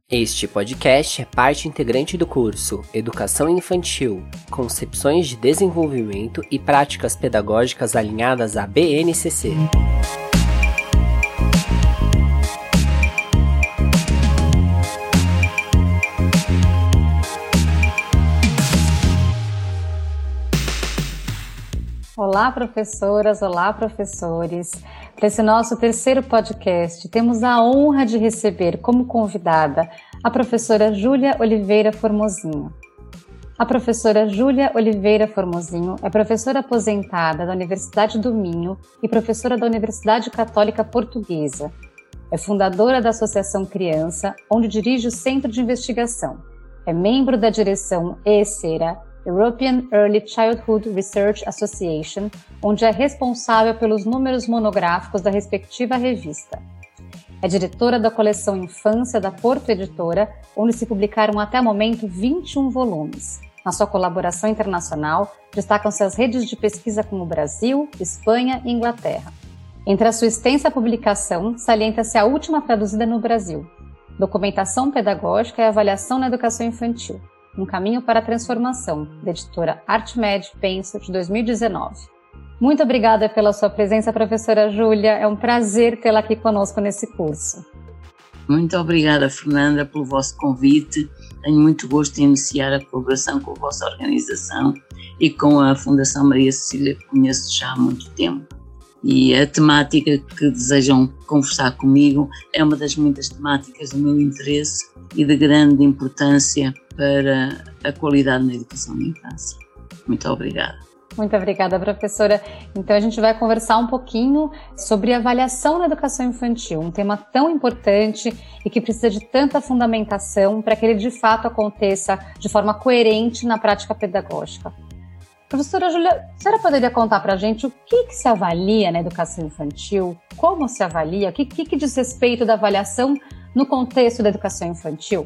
Este podcast é parte integrante do curso Educação Infantil, Concepções de Desenvolvimento e Práticas Pedagógicas alinhadas à BNCC. Olá, professoras, olá, professores. Para esse nosso terceiro podcast, temos a honra de receber como convidada a professora Júlia Oliveira Formosinho. A professora Júlia Oliveira Formosinho é professora aposentada da Universidade do Minho e professora da Universidade Católica Portuguesa. É fundadora da Associação Criança, onde dirige o Centro de Investigação. É membro da direção ESERA, European Early Childhood Research Association, onde é responsável pelos números monográficos da respectiva revista. É diretora da coleção Infância da Porto Editora, onde se publicaram até o momento 21 volumes. Na sua colaboração internacional, destacam-se as redes de pesquisa como Brasil, Espanha e Inglaterra. Entre a sua extensa publicação, salienta-se a última traduzida no Brasil, Documentação Pedagógica e Avaliação na Educação Infantil. Um Caminho para a Transformação, da editora ArtMed Penso, de 2019. Muito obrigada pela sua presença, professora Júlia. É um prazer tê-la aqui conosco nesse curso. Muito obrigada, Fernanda, pelo vosso convite. Tenho muito gosto em iniciar a colaboração com a vossa organização e com a Fundação Maria Cecília, que conheço já há muito tempo. E a temática que desejam conversar comigo é uma das muitas temáticas do meu interesse e de grande importância para a qualidade na educação da infância. Muito obrigada. Muito obrigada, professora. Então a gente vai conversar um pouquinho sobre avaliação na educação infantil, um tema tão importante e que precisa de tanta fundamentação para que ele de fato aconteça de forma coerente na prática pedagógica. Professora Júlia, a senhora poderia contar para a gente o que se avalia na educação infantil? Como se avalia? O que diz respeito da avaliação no contexto da educação infantil?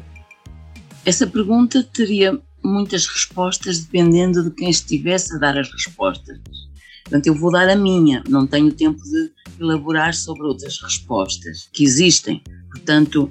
Essa pergunta teria muitas respostas dependendo de quem estivesse a dar as respostas. Portanto, eu vou dar a minha, não tenho tempo de elaborar sobre outras respostas que existem. Portanto,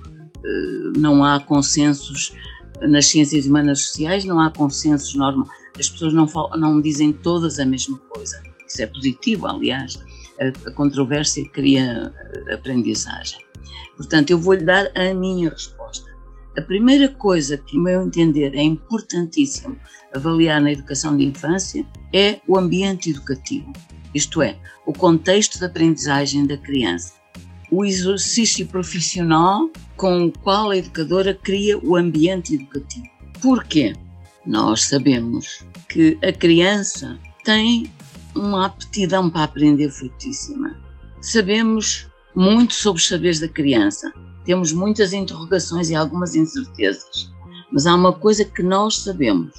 não há consensos nas ciências humanas sociais, não há consensos normais. As pessoas não dizem todas a mesma coisa. Isso é positivo, aliás. A controvérsia cria aprendizagem. Portanto, eu vou-lhe dar a minha resposta. A primeira coisa que, no meu entender, é importantíssimo avaliar na educação de infância é o ambiente educativo. Isto é, o contexto de aprendizagem da criança. O exercício profissional com o qual a educadora cria o ambiente educativo. Porquê? Nós sabemos que a criança tem uma aptidão para aprender fortíssima. Sabemos muito sobre os saberes da criança. Temos muitas interrogações e algumas incertezas. Mas há uma coisa que nós sabemos.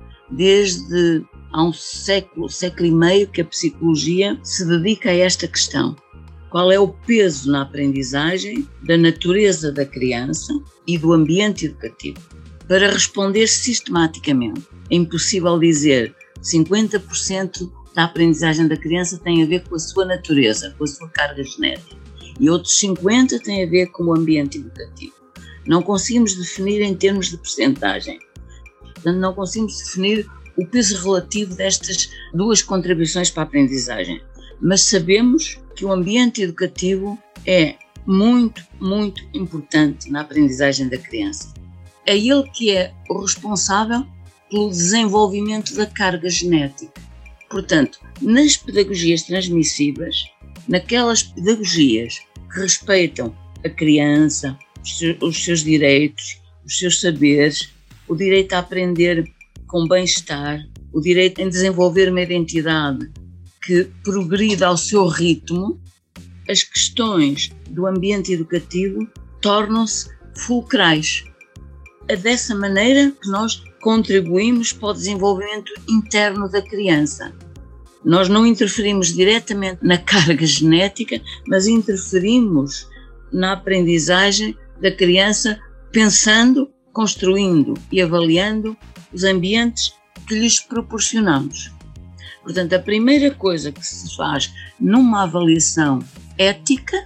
Desde há um século e meio que a psicologia se dedica a esta questão. Qual é o peso na aprendizagem da natureza da criança e do ambiente educativo? Para responder sistematicamente, é impossível dizer 50% da aprendizagem da criança tem a ver com a sua natureza, com a sua carga genética, e outros 50% tem a ver com o ambiente educativo. Não conseguimos definir em termos de percentagem. Portanto, não conseguimos definir o peso relativo destas duas contribuições para a aprendizagem. Mas sabemos que o ambiente educativo é muito, muito importante na aprendizagem da criança. É ele que é o responsável pelo desenvolvimento da carga genética. Portanto, nas pedagogias transmissivas, naquelas pedagogias que respeitam a criança, os seus direitos, os seus saberes, o direito a aprender com bem-estar, o direito em desenvolver uma identidade que progrida ao seu ritmo, as questões do ambiente educativo tornam-se fulcrais. É dessa maneira que nós contribuímos para o desenvolvimento interno da criança. Nós não interferimos diretamente na carga genética, mas interferimos na aprendizagem da criança pensando, construindo e avaliando os ambientes que lhes proporcionamos. Portanto, a primeira coisa que se faz numa avaliação ética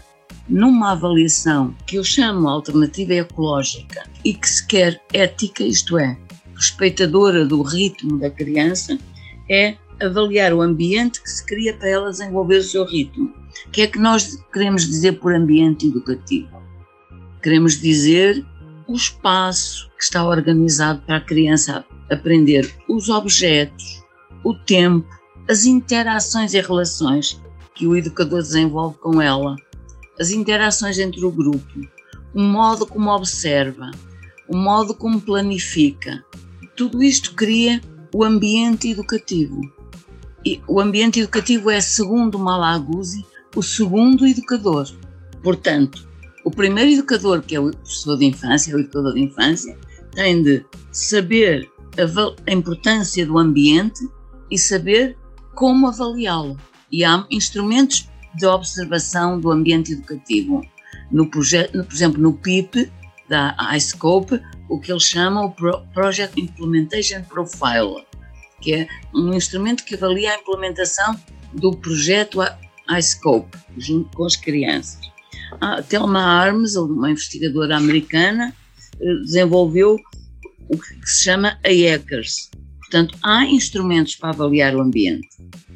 numa avaliação que eu chamo alternativa ecológica e que se quer ética, isto é, respeitadora do ritmo da criança, é avaliar o ambiente que se cria para ela desenvolver o seu ritmo. O que é que nós queremos dizer por ambiente educativo? Queremos dizer o espaço que está organizado para a criança aprender os objetos, o tempo, as interações e relações que o educador desenvolve com ela, as interações entre o grupo, o modo como observa, o modo como planifica. Tudo isto cria o ambiente educativo. E o ambiente educativo é, segundo Malaguzzi, o segundo educador. Portanto, o primeiro educador, que é o professor de infância, o educador de infância, tem de saber a importância do ambiente e saber como avaliá-lo. E há instrumentos de observação do ambiente educativo. No projeto, por exemplo, no PIP, da iScope, o que eles chamam o Project Implementation Profile, que é um instrumento que avalia a implementação do projeto iScope, junto com as crianças. A Thelma Harms, uma investigadora americana, desenvolveu o que se chama AECRS. Portanto, há instrumentos para avaliar o ambiente,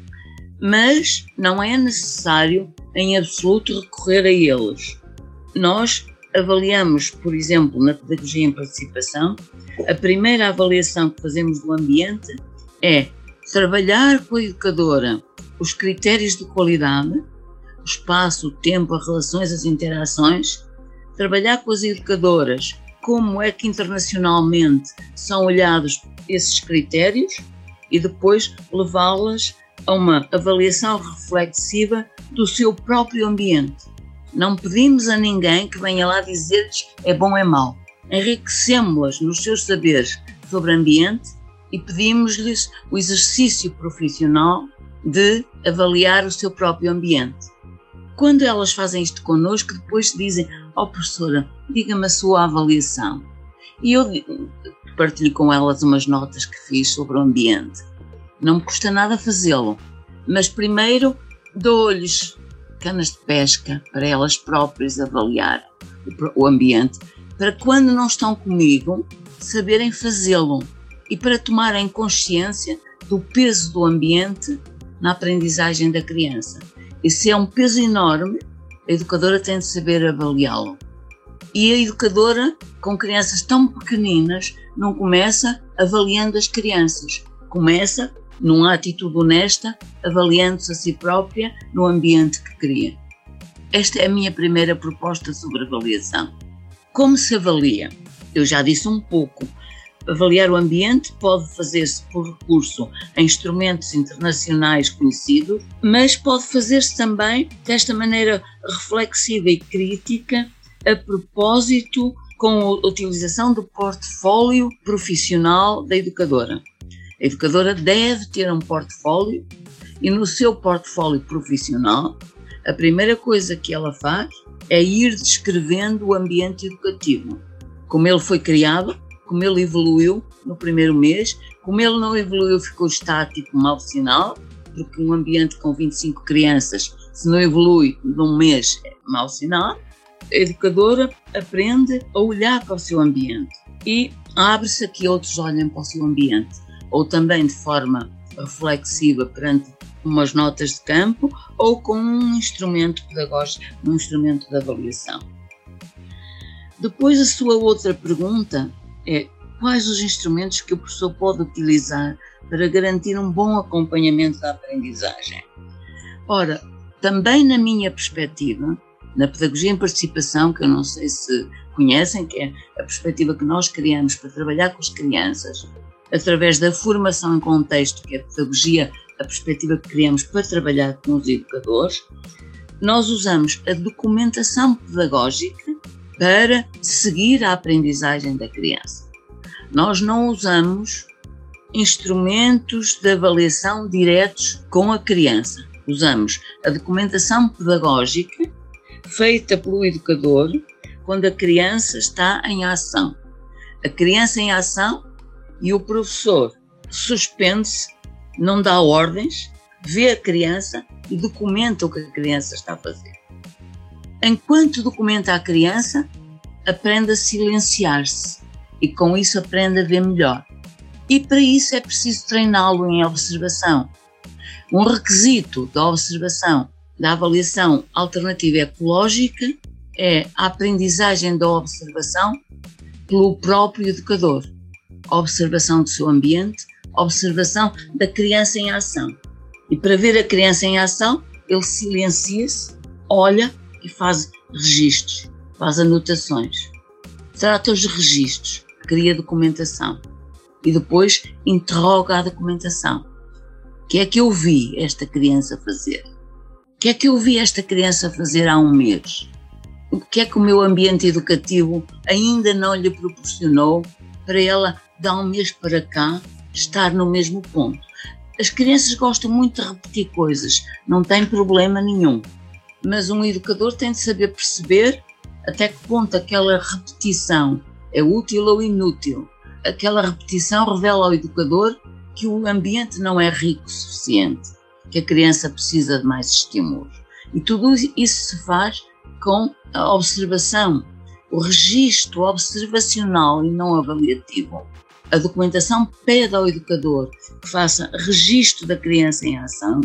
mas não é necessário, em absoluto, recorrer a eles. Nós avaliamos, por exemplo, na pedagogia em participação, a primeira avaliação que fazemos do ambiente é trabalhar com a educadora os critérios de qualidade, o espaço, o tempo, as relações, as interações, trabalhar com as educadoras como é que internacionalmente são olhados esses critérios e depois levá-las a uma avaliação reflexiva do seu próprio ambiente. Não pedimos a ninguém que venha lá dizer-lhes é bom ou é mau. Enriquecemos-las nos seus saberes sobre ambiente e pedimos-lhes o exercício profissional de avaliar o seu próprio ambiente. Quando elas fazem isto connosco, depois dizem: "Oh, professora, diga-me a sua avaliação." E eu partilho com elas umas notas que fiz sobre o ambiente. Não me custa nada fazê-lo, mas primeiro dou-lhes canas de pesca para elas próprias avaliar o ambiente, para quando não estão comigo saberem fazê-lo e para tomarem consciência do peso do ambiente na aprendizagem da criança. Esse é um peso enorme, a educadora tem de saber avaliá-lo. E a educadora, com crianças tão pequeninas, não começa avaliando as crianças, começa numa atitude honesta, avaliando-se a si própria no ambiente que cria. Esta é a minha primeira proposta sobre avaliação. Como se avalia? Eu já disse um pouco. Avaliar o ambiente pode fazer-se por recurso a instrumentos internacionais conhecidos, mas pode fazer-se também desta maneira reflexiva e crítica, a propósito com a utilização do portfólio profissional da educadora. A educadora deve ter um portfólio e no seu portfólio profissional a primeira coisa que ela faz é ir descrevendo o ambiente educativo, como ele foi criado, como ele evoluiu no primeiro mês, como ele não evoluiu, ficou estático, mau sinal, porque um ambiente com 25 crianças, se não evolui num mês, é mau sinal. A educadora aprende a olhar para o seu ambiente e abre-se a que outros olhem para o seu ambiente, ou também de forma reflexiva perante umas notas de campo ou com um instrumento pedagógico, um instrumento de avaliação. Depois a sua outra pergunta é: quais os instrumentos que o professor pode utilizar para garantir um bom acompanhamento da aprendizagem? Ora, também na minha perspectiva, na pedagogia em participação, que eu não sei se conhecem, que é a perspectiva que nós criamos para trabalhar com as crianças, através da formação em contexto, que é a pedagogia, a perspectiva que criamos para trabalhar com os educadores, nós usamos a documentação pedagógica para seguir a aprendizagem da criança. Nós não usamos instrumentos de avaliação diretos com a criança. Usamos a documentação pedagógica feita pelo educador quando a criança está em ação. A criança em ação e o professor suspende-se, não dá ordens, vê a criança e documenta o que a criança está a fazer. Enquanto documenta a criança, aprende a silenciar-se e com isso aprende a ver melhor. E para isso é preciso treiná-lo em observação. Um requisito da observação, da avaliação alternativa ecológica, é a aprendizagem da observação pelo próprio educador. Observação do seu ambiente, observação da criança em ação. E para ver a criança em ação, ele silencia-se, olha e faz registros, faz anotações. Trata os registros, cria documentação e depois interroga a documentação. O que é que eu vi esta criança fazer? O que é que eu vi esta criança fazer há um mês? O que é que o meu ambiente educativo ainda não lhe proporcionou para ela, de há um mês para cá, estar no mesmo ponto? As crianças gostam muito de repetir coisas, não tem problema nenhum. Mas um educador tem de saber perceber até que ponto aquela repetição é útil ou inútil. Aquela repetição revela ao educador que o ambiente não é rico o suficiente, que a criança precisa de mais estímulos. E tudo isso se faz com a observação, o registro observacional e não avaliativo. A documentação pede ao educador que faça registro da criança em ação,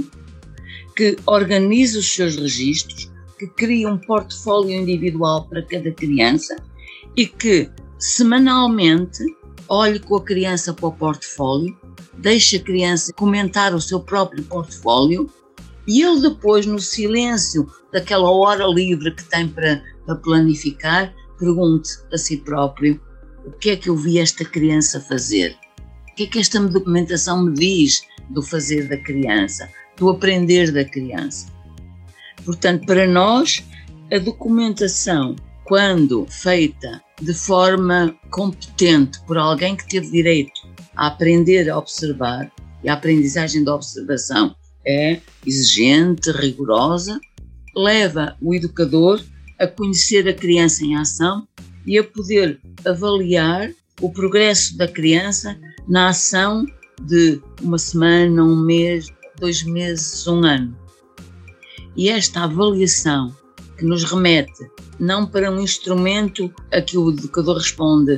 que organize os seus registros, que crie um portfólio individual para cada criança e que, semanalmente, olhe com a criança para o portfólio, deixe a criança comentar o seu próprio portfólio e ele depois, no silêncio daquela hora livre que tem para planificar, pergunte a si próprio: o que é que eu vi esta criança fazer? O que é que esta documentação me diz do fazer da criança, do aprender da criança? Portanto, para nós, a documentação, quando feita de forma competente por alguém que teve direito a aprender a observar, e a aprendizagem da observação é exigente, rigorosa, leva o educador a conhecer a criança em ação e a poder avaliar o progresso da criança na ação de uma semana, um mês, 2 meses, 1 ano. E esta avaliação que nos remete não para um instrumento a que o educador responde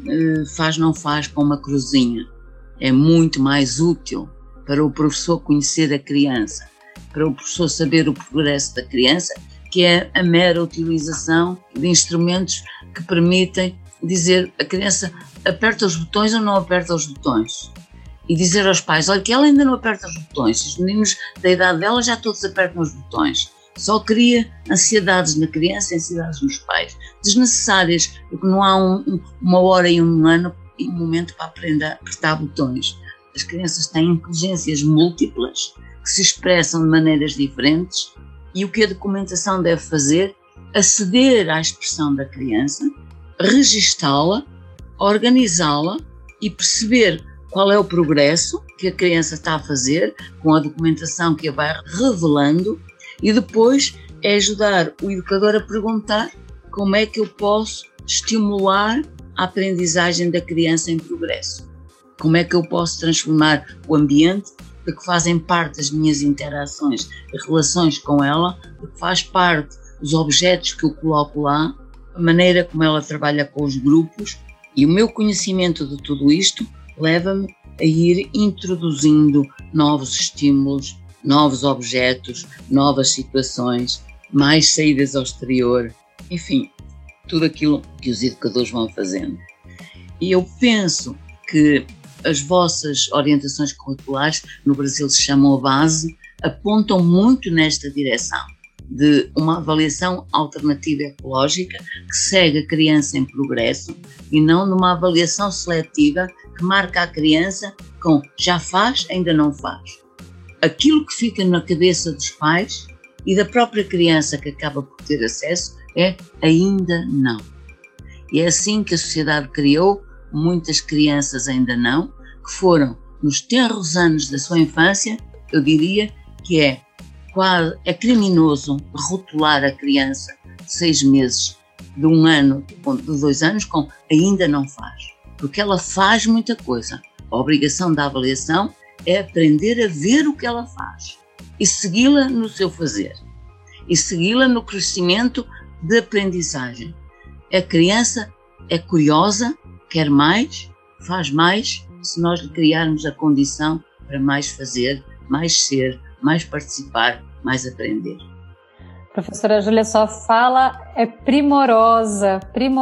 faz, não faz, com uma cruzinha. É muito mais útil para o professor conhecer a criança, para o professor saber o progresso da criança, que é a mera utilização de instrumentos que permitem dizer a criança aperta os botões ou não aperta os botões. E dizer aos pais, olha que ela ainda não aperta os botões, os meninos da idade dela já todos apertam os botões. Só cria ansiedades na criança e ansiedades nos pais, desnecessárias, porque não há uma hora e um ano e um momento para aprender a apertar botões. As crianças têm inteligências múltiplas, que se expressam de maneiras diferentes, e o que a documentação deve fazer? Aceder à expressão da criança, registá-la, organizá-la e perceber qual é o progresso que a criança está a fazer com a documentação que a vai revelando, e depois é ajudar o educador a perguntar como é que eu posso estimular a aprendizagem da criança em progresso. Como é que eu posso transformar o ambiente de que fazem parte das minhas interações e relações com ela, de que faz parte dos objetos que eu coloco lá, a maneira como ela trabalha com os grupos, e o meu conhecimento de tudo isto leva-me a ir introduzindo novos estímulos, novos objetos, novas situações, mais saídas ao exterior, enfim, tudo aquilo que os educadores vão fazendo. E eu penso que as vossas orientações curriculares, no Brasil se chamam a base, apontam muito nesta direção, de uma avaliação alternativa ecológica que segue a criança em progresso e não numa avaliação seletiva que marca a criança com já faz, ainda não faz. Aquilo que fica na cabeça dos pais e da própria criança que acaba por ter acesso é ainda não. E é assim que a sociedade criou muitas crianças ainda não, que foram nos tenros anos da sua infância, eu diria que é criminoso rotular a criança de 6 meses, de 1 ano, de 2 anos, com ainda não faz. Porque ela faz muita coisa. A obrigação da avaliação é aprender a ver o que ela faz e segui-la no seu fazer. E segui-la no crescimento de aprendizagem. A criança é curiosa, quer mais, faz mais, se nós lhe criarmos a condição para mais fazer, mais ser, mais participar, mais aprender. Professora Júlia, sua fala é primorosa.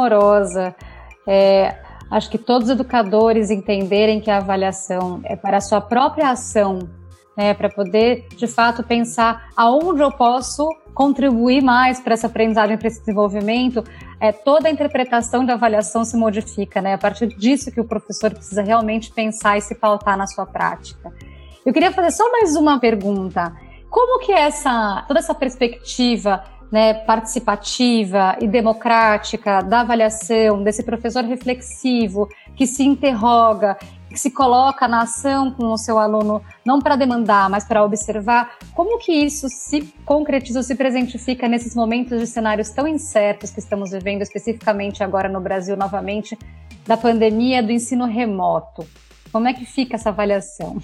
Acho que todos os educadores entenderem que a avaliação é para a sua própria ação, né, para poder, de fato, pensar aonde eu posso contribuir mais para essa aprendizagem, para esse desenvolvimento, toda a interpretação da avaliação se modifica, né? A partir disso que o professor precisa realmente pensar e se pautar na sua prática. Eu queria fazer só mais uma pergunta. Como que toda essa perspectiva, né, participativa e democrática da avaliação, desse professor reflexivo, que se interroga, que se coloca na ação com o seu aluno, não para demandar, mas para observar, como que isso se concretiza, se presentifica nesses momentos de cenários tão incertos que estamos vivendo, especificamente agora no Brasil, novamente, da pandemia do ensino remoto? Como é que fica essa avaliação?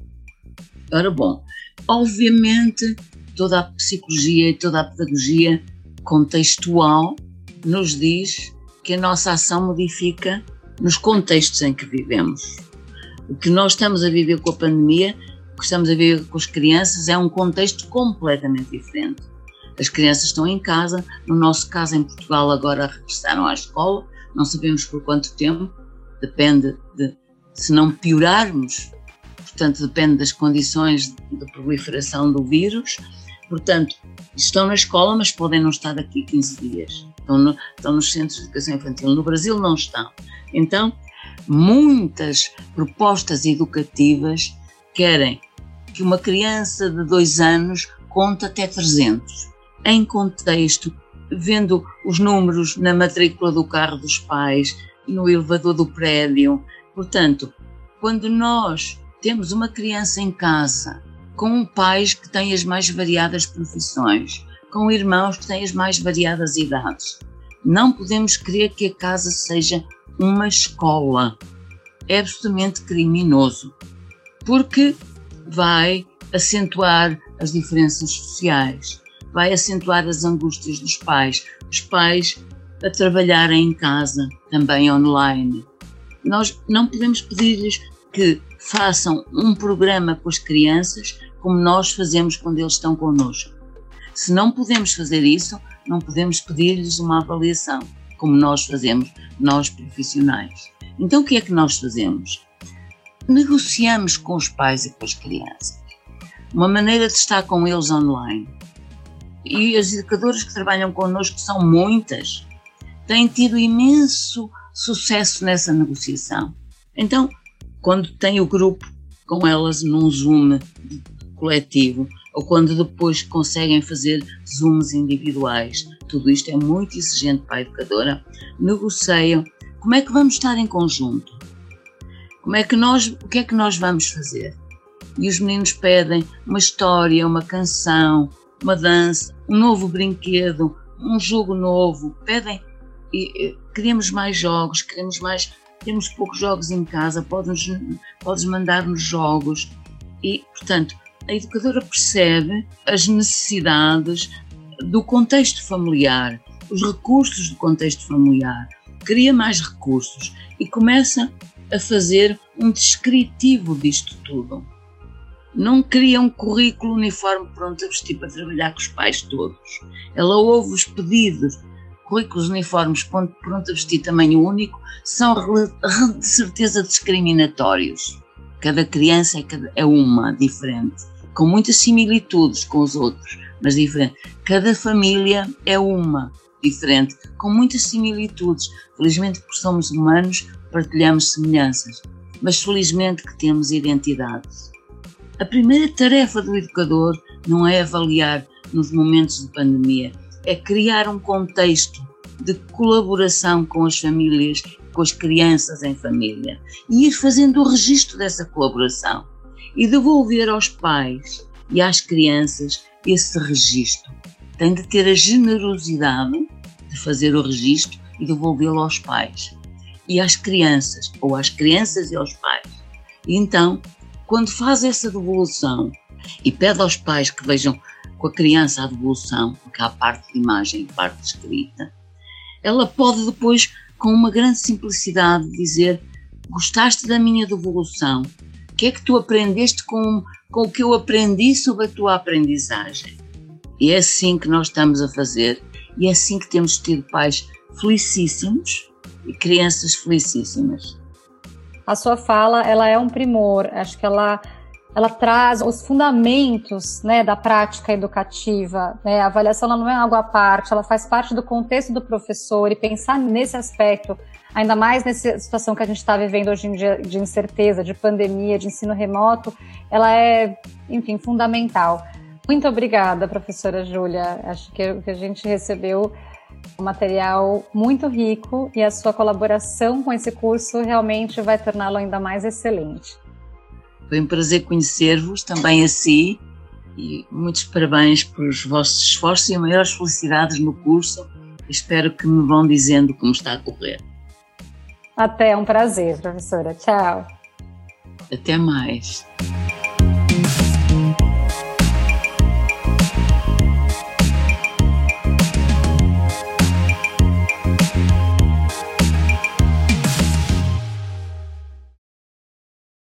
Ora, bom, obviamente toda a psicologia e toda a pedagogia contextual nos diz que a nossa ação modifica nos contextos em que vivemos. O que nós estamos a viver com a pandemia, o que estamos a viver com as crianças, é um contexto completamente diferente. As crianças estão em casa, no nosso caso em Portugal agora regressaram à escola, não sabemos por quanto tempo, depende de, se não piorarmos, portanto depende das condições de proliferação do vírus, portanto estão na escola mas podem não estar daqui 15 dias, estão nos centros de educação infantil, no Brasil não estão. Então, muitas propostas educativas querem que uma criança de 2 anos conte até 300, em contexto, vendo os números na matrícula do carro dos pais, no elevador do prédio. Portanto, quando nós temos uma criança em casa, com pais que têm as mais variadas profissões, com irmãos que têm as mais variadas idades, não podemos querer que a casa seja uma escola. É absolutamente criminoso, porque vai acentuar as diferenças sociais, vai acentuar as angústias dos pais, os pais a trabalharem em casa, também online. Nós não podemos pedir-lhes que façam um programa com as crianças como nós fazemos quando eles estão connosco. Se não podemos fazer isso, não podemos pedir-lhes uma avaliação, como nós fazemos, nós profissionais. Então o que é que nós fazemos? Negociamos com os pais e com as crianças uma maneira de estar com eles online. E as educadoras que trabalham connosco, são muitas, têm tido imenso sucesso nessa negociação. Então, quando tem o grupo com elas num Zoom coletivo, ou quando depois conseguem fazer Zooms individuais, tudo isto é muito exigente para a educadora, negociam como é que vamos estar em conjunto, o que é que nós vamos fazer. E os meninos pedem uma história, uma canção, uma dança, um novo brinquedo, um jogo novo, pedem, e queremos mais jogos, temos poucos jogos em casa, podes mandar-nos jogos. E, portanto, a educadora percebe as necessidades do contexto familiar, os recursos do contexto familiar, cria mais recursos e começa a fazer um descritivo disto tudo. Não cria um currículo uniforme pronto a vestir para trabalhar com os pais todos. Ela ouve os pedidos. Currículos uniformes pronto a vestir tamanho único são de certeza discriminatórios. Cada criança é uma diferente, com muitas similitudes com os outros, mas diferente. Cada família é uma diferente, com muitas similitudes. Felizmente, porque somos humanos, partilhamos semelhanças, mas felizmente que temos identidades. A primeira tarefa do educador não é avaliar nos momentos de pandemia, é criar um contexto de colaboração com as famílias, com as crianças em família, e ir fazendo o registro dessa colaboração e devolver aos pais e às crianças esse registro. Tem de ter a generosidade de fazer o registro e devolvê-lo aos pais e às crianças, ou às crianças e aos pais. E então, quando faz essa devolução e pede aos pais que vejam com a criança a devolução, porque há parte de imagem e parte de escrita, ela pode depois, com uma grande simplicidade, dizer: gostaste da minha devolução? O que é que tu aprendeste com o que eu aprendi sobre a tua aprendizagem? E é assim que nós estamos a fazer, e é assim que temos tido pais felicíssimos e crianças felicíssimas. A sua fala, ela é um primor. Acho que ela traz os fundamentos, né, da prática educativa, né? A avaliação ela não é algo à parte, ela faz parte do contexto do professor, e pensar nesse aspecto, ainda mais nessa situação que a gente está vivendo hoje em dia de incerteza, de pandemia, de ensino remoto, ela é, enfim, fundamental. Muito obrigada, professora Júlia. Acho que a gente recebeu um material muito rico e a sua colaboração com esse curso realmente vai torná-lo ainda mais excelente. Foi um prazer conhecer-vos, também a si, e muitos parabéns pelos vossos esforços e maiores felicidades no curso. Espero que me vão dizendo como está a correr. Até, um prazer, professora. Tchau. Até mais.